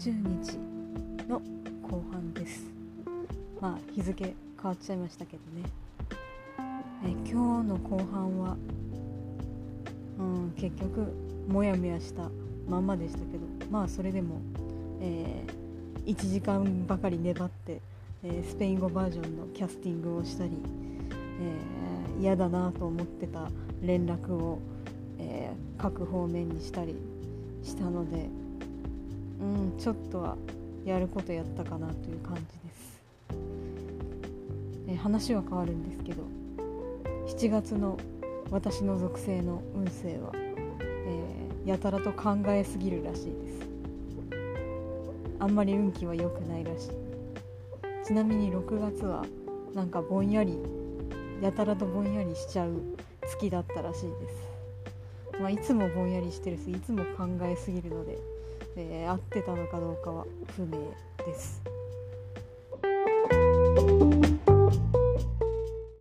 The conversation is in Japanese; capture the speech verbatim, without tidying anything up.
じゅうにちの後半です。まあ日付変わっちゃいましたけどね。え今日の後半は、うん、結局もやもやしたまんまでしたけど、まあそれでも、えー、いちじかんばかり粘って、えー、スペイン語バージョンのキャスティングをしたり、えー、嫌だなと思ってた連絡を、えー、各方面にしたりしたので、うん、ちょっとはやることやったかなという感じです。えー、話は変わるんですけど、しちがつの私の属性の運勢は、えー、やたらと考えすぎるらしいです。あんまり運気は良くないらしい。ちなみにろくがつはなんかぼんやりやたらとぼんやりしちゃう月だったらしいです。まあ、いつもぼんやりしてるし、いつも考えすぎるので、えー、合ってたのかどうかは不明です。